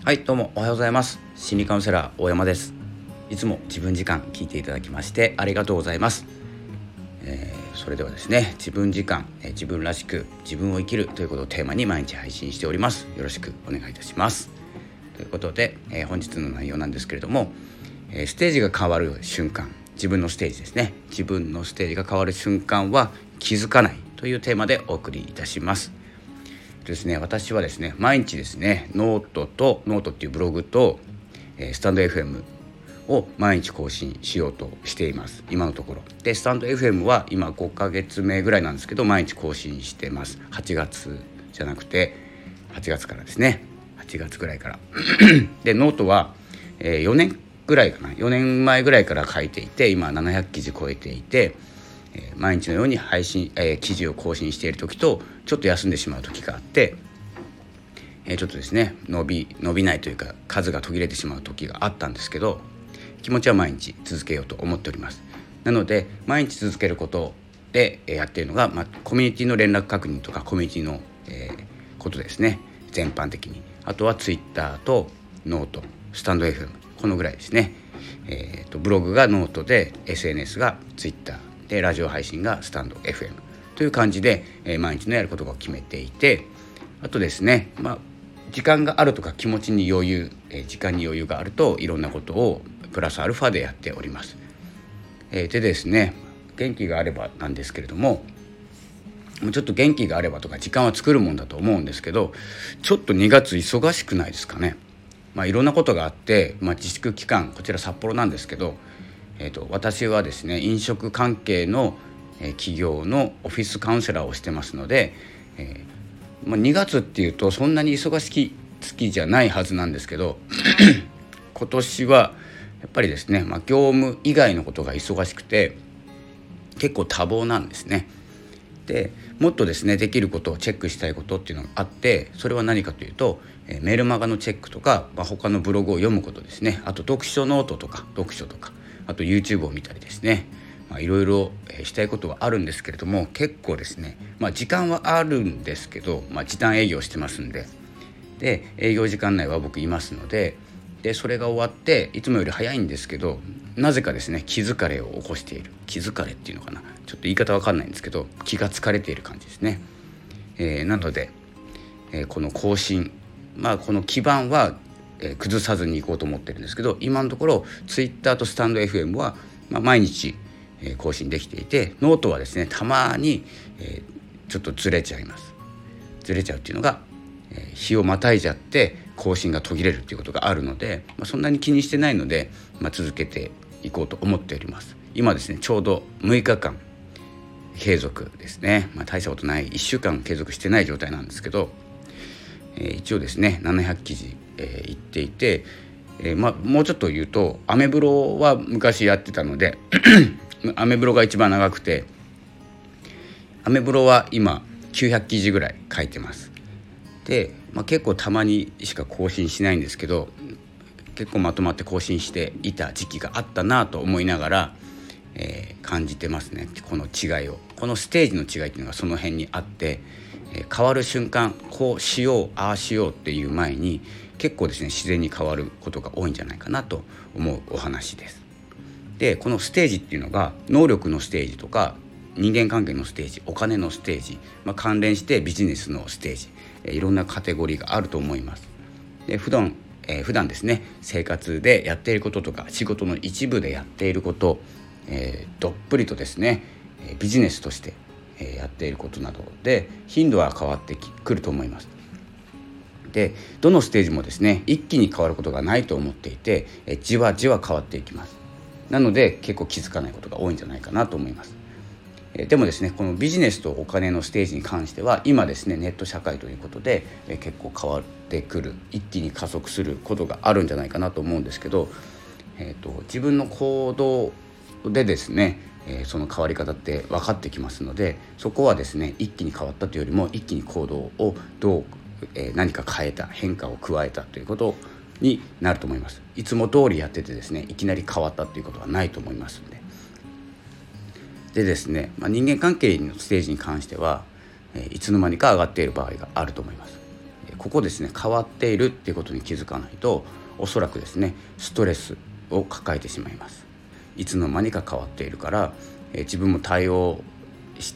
はい、どうもおはようございます。心理カウンセラー大山です。いつも自分時間聞いていただきましてありがとうございます。それではですね、自分時間、自分らしく自分を生きるということをテーマに毎日配信しております。よろしくお願いいたします。ということで、本日の内容なんですけれども、ステージが変わる瞬間、自分のステージですね。自分のステージが変わる瞬間は気づかないというテーマでお送りいたします。ですね、私はですね、毎日ですね、ノートっていうブログと、スタンド FM を毎日更新しようとしています。今のところで、スタンド FM は今5ヶ月目ぐらいなんですけど、毎日更新してます。8月じゃなくて8月からですね、8月ぐらいからで、ノートは、4年ぐらいかな、4年前ぐらいから書いていて、今700記事超えていて、毎日のように記事を更新している時とちょっと休んでしまう時があって、ちょっとですね伸びないというか数が途切れてしまう時があったんですけど、気持ちは毎日続けようと思っております。なので毎日続けることでやっているのが、コミュニティの連絡確認とかコミュニティの、ことですね。全般的に、あとはツイッターとノート、スタンド FM、 このぐらいですね。ブログがノートで SNS がツイッターで、ラジオ配信がスタンド FM という感じで、毎日のやることを決めていて、あとですね、時間があるとか気持ちに余裕、時間に余裕があるといろんなことをプラスアルファでやっております。でですね、元気があればなんですけれども、ちょっと元気があればとか時間は作るもんだと思うんですけど、ちょっと2月忙しくないですかね。いろんなことがあって、自粛期間、こちら札幌なんですけど、私はですね、飲食関係の企業のオフィスカウンセラーをしてますので、2月っていうとそんなに忙しい月じゃないはずなんですけど今年はやっぱりですね、業務以外のことが忙しくて結構多忙なんですね。でもっとですね、できることをチェックしたいことっていうのがあって、それは何かというと、メルマガのチェックとか、他のブログを読むことですね。あと読書ノートとか読書とか、あと YouTube を見たりですね、いろいろしたいことはあるんですけれども、結構ですね、時間はあるんですけど、時短営業してますんで、営業時間内は僕いますので、それが終わっていつもより早いんですけど、なぜかですね、気疲れを起こしている。気疲れっていうのかな、ちょっと言い方わかんないんですけど、気が疲れている感じですね。なので、この更新、この基盤は、崩さずにいこうと思ってるんですけど、今のところツイッターとスタンド FM は、毎日更新できていて、ノートはですね、たまに、ちょっとずれちゃいます。ずれちゃうっていうのが、日をまたいじゃって更新が途切れるっていうことがあるので、そんなに気にしてないので、続けていこうと思っております。今ですね、ちょうど6日間継続ですね。大したことない、1週間継続してない状態なんですけど、一応ですね700記事、行っていて、もうちょっと言うとアメブロは昔やってたのでアメブロが一番長くて、アメブロは今900記事ぐらい書いてます。で、結構たまにしか更新しないんですけど、結構まとまって更新していた時期があったなと思いながら、感じてますね。この違いを、このステージの違いっていうのがその辺にあって、変わる瞬間、こうしようああしようっていう前に結構ですね、自然に変わることが多いんじゃないかなと思うお話です。で、このステージっていうのが能力のステージとか人間関係のステージ、お金のステージ、関連してビジネスのステージ、いろんなカテゴリーがあると思います。で、普段ですね、生活でやっていることとか仕事の一部でやっていること、どっぷりとですね、ビジネスとしてやっていることなどで頻度は変わってくると思います。で、どのステージもですね、一気に変わることがないと思っていて、じわじわ変わっていきます。なので結構気づかないことが多いんじゃないかなと思います。でもですね、このビジネスとお金のステージに関しては今ですね、ネット社会ということで、結構変わってくる、一気に加速することがあるんじゃないかなと思うんですけど、自分の行動でですね、その変わり方って分かってきますので、そこはですね、一気に変わったというよりも一気に行動をどう、何か変えた、変化を加えたということになると思います。いつも通りやっててですね、いきなり変わったということはないと思いますので。でですね、人間関係のステージに関しては、いつの間にか上がっている場合があると思います。 ここですね、変わっているっていうことに気づかないと、おそらくですねストレスを抱えてしまいます。いつの間にか変わっているから、自分も対応して、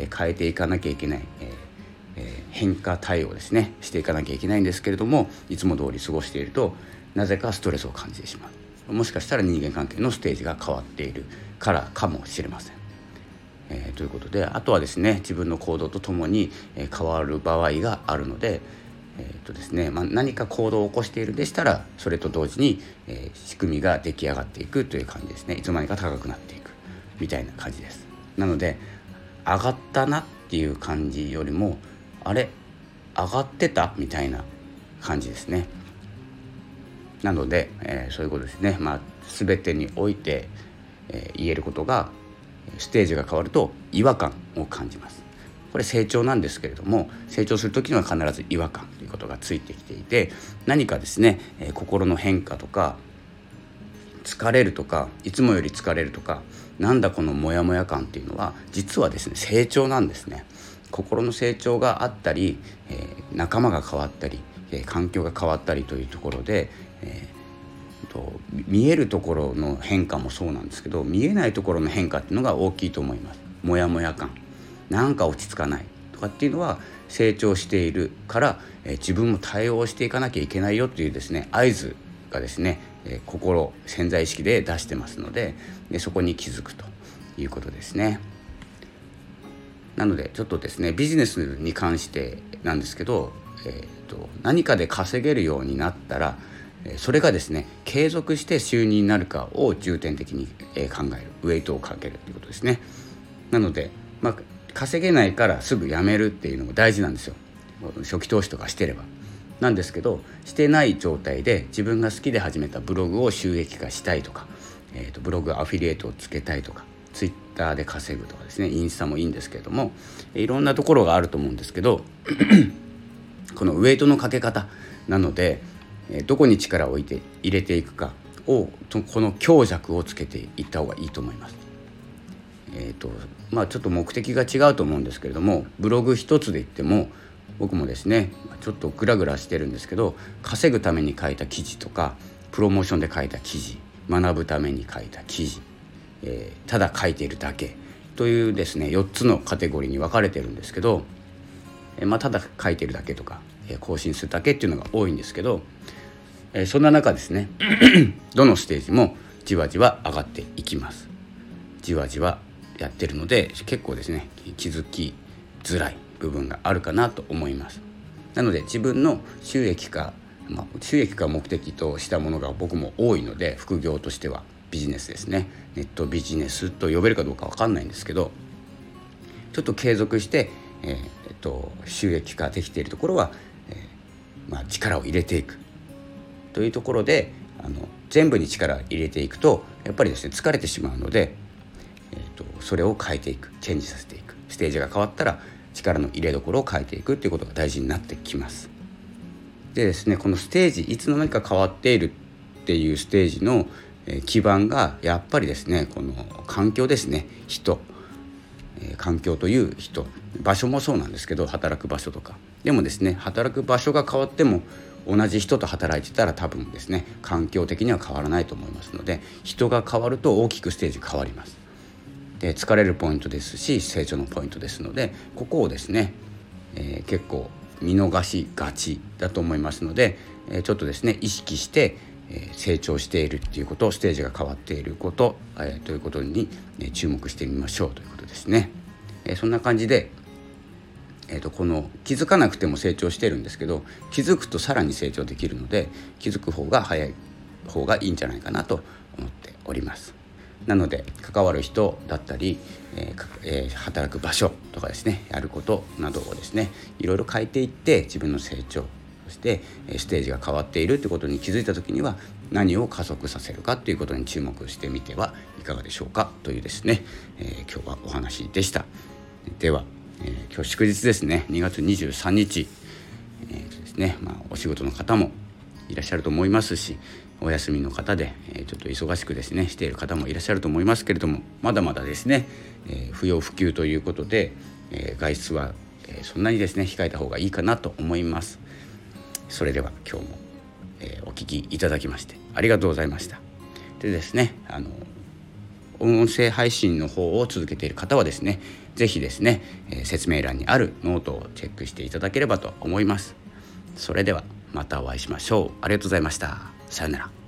変えていかなきゃいけない、変化対応ですねしていかなきゃいけないんですけれども、いつも通り過ごしているとなぜかストレスを感じてしまう。もしかしたら人間関係のステージが変わっているからかもしれません。ということで、あとはですね、自分の行動とともに、変わる場合があるので、ですね、何か行動を起こしているでしたら、それと同時に、仕組みが出来上がっていくという感じですね。いつの間にか高くなっていくみたいな感じです。なので、上がったなっていう感じよりも、あれ上がってたみたいな感じですね。なので、そういうことですね。全てにおいて、言えることが、ステージが変わると違和感を感じます。これ成長なんですけれども、成長する時には必ず違和感ということがついてきていて、何かですね、心の変化とか疲れるとか、いつもより疲れるとか、なんだこのモヤモヤ感っていうのは実はですね成長なんですね。心の成長があったり、仲間が変わったり、環境が変わったりというところで、見えるところの変化もそうなんですけど、見えないところの変化っていうのが大きいと思います。モヤモヤ感、なんか落ち着かないとかっていうのは成長しているから、自分も対応していかなきゃいけないよというですね合図がですね、心潜在意識で出してますので、そこに気づくということですね。なのでちょっとですね、ビジネスに関してなんですけど、何かで稼げるようになったら、それがですね継続して収入になるかを重点的に考える、ウェイトをかけるということですね。なので、稼げないからすぐ辞めるっていうのも大事なんですよ。初期投資とかしてればなんですけど、してない状態で自分が好きで始めたブログを収益化したいとか、ブログアフィリエイトをつけたいとか、ツイッターで稼ぐとかですね、インスタもいいんですけれども、いろんなところがあると思うんですけどこのウェイトのかけ方なので、どこに力を入れていくかを、この強弱をつけていった方がいいと思います。ちょっと目的が違うと思うんですけれども、ブログ一つで言っても、僕もですねちょっとグラグラしてるんですけど、稼ぐために書いた記事とか、プロモーションで書いた記事、学ぶために書いた記事、ただ書いているだけというですね4つのカテゴリーに分かれてるんですけど、ただ書いているだけとか、更新するだけっていうのが多いんですけど、そんな中ですねどのステージもじわじわ上がっていきます。じわじわやってるので、結構ですね気づきづらい部分があるかなと思います。なので自分の収益化目的としたものが僕も多いので、副業としてはビジネスですね、ネットビジネスと呼べるかどうか分かんないんですけど、ちょっと継続して、収益化できているところは、力を入れていくというところで、全部に力を入れていくとやっぱりですね疲れてしまうので、それを変えていく、チェンジさせていく、ステージが変わったら力の入れどころを変えていくということが大事になってきます。でですね、このステージ、いつの間にか変わっているっていうステージの基盤がやっぱりですね、この環境ですね。人、環境という人、場所もそうなんですけど、働く場所とかでもですね、働く場所が変わっても同じ人と働いてたら多分ですね環境的には変わらないと思いますので、人が変わると大きくステージ変わります。で、疲れるポイントですし、成長のポイントですので、ここをですね、結構見逃しがちだと思いますので、ちょっとですね意識して成長しているっていうこと、ステージが変わっていること、ということに、注目してみましょうということですね。そんな感じで、この気づかなくても成長してるんですけど、気づくとさらに成長できるので、気づく方が早い方がいいんじゃないかなと思っております。なので関わる人だったり、働く場所とかですね、やることなどをですねいろいろ変えていって、自分の成長、そしてステージが変わっているということに気づいた時には何を加速させるかということに注目してみてはいかがでしょうかというですね、今日はお話でした。では、今日祝日ですね、2月23日、ですね、お仕事の方もいらっしゃると思いますし、お休みの方で、ちょっと忙しくですねしている方もいらっしゃると思いますけれども、まだまだですね、不要不急ということで、外出は、そんなにですね控えた方がいいかなと思います。 それでは今日も、お聞きいただきましてありがとうございました。でですね、音声配信の方を続けている方はですね、ぜひですね、説明欄にあるノートをチェックしていただければと思います。それではまたお会いしましょう。ありがとうございました。さようなら。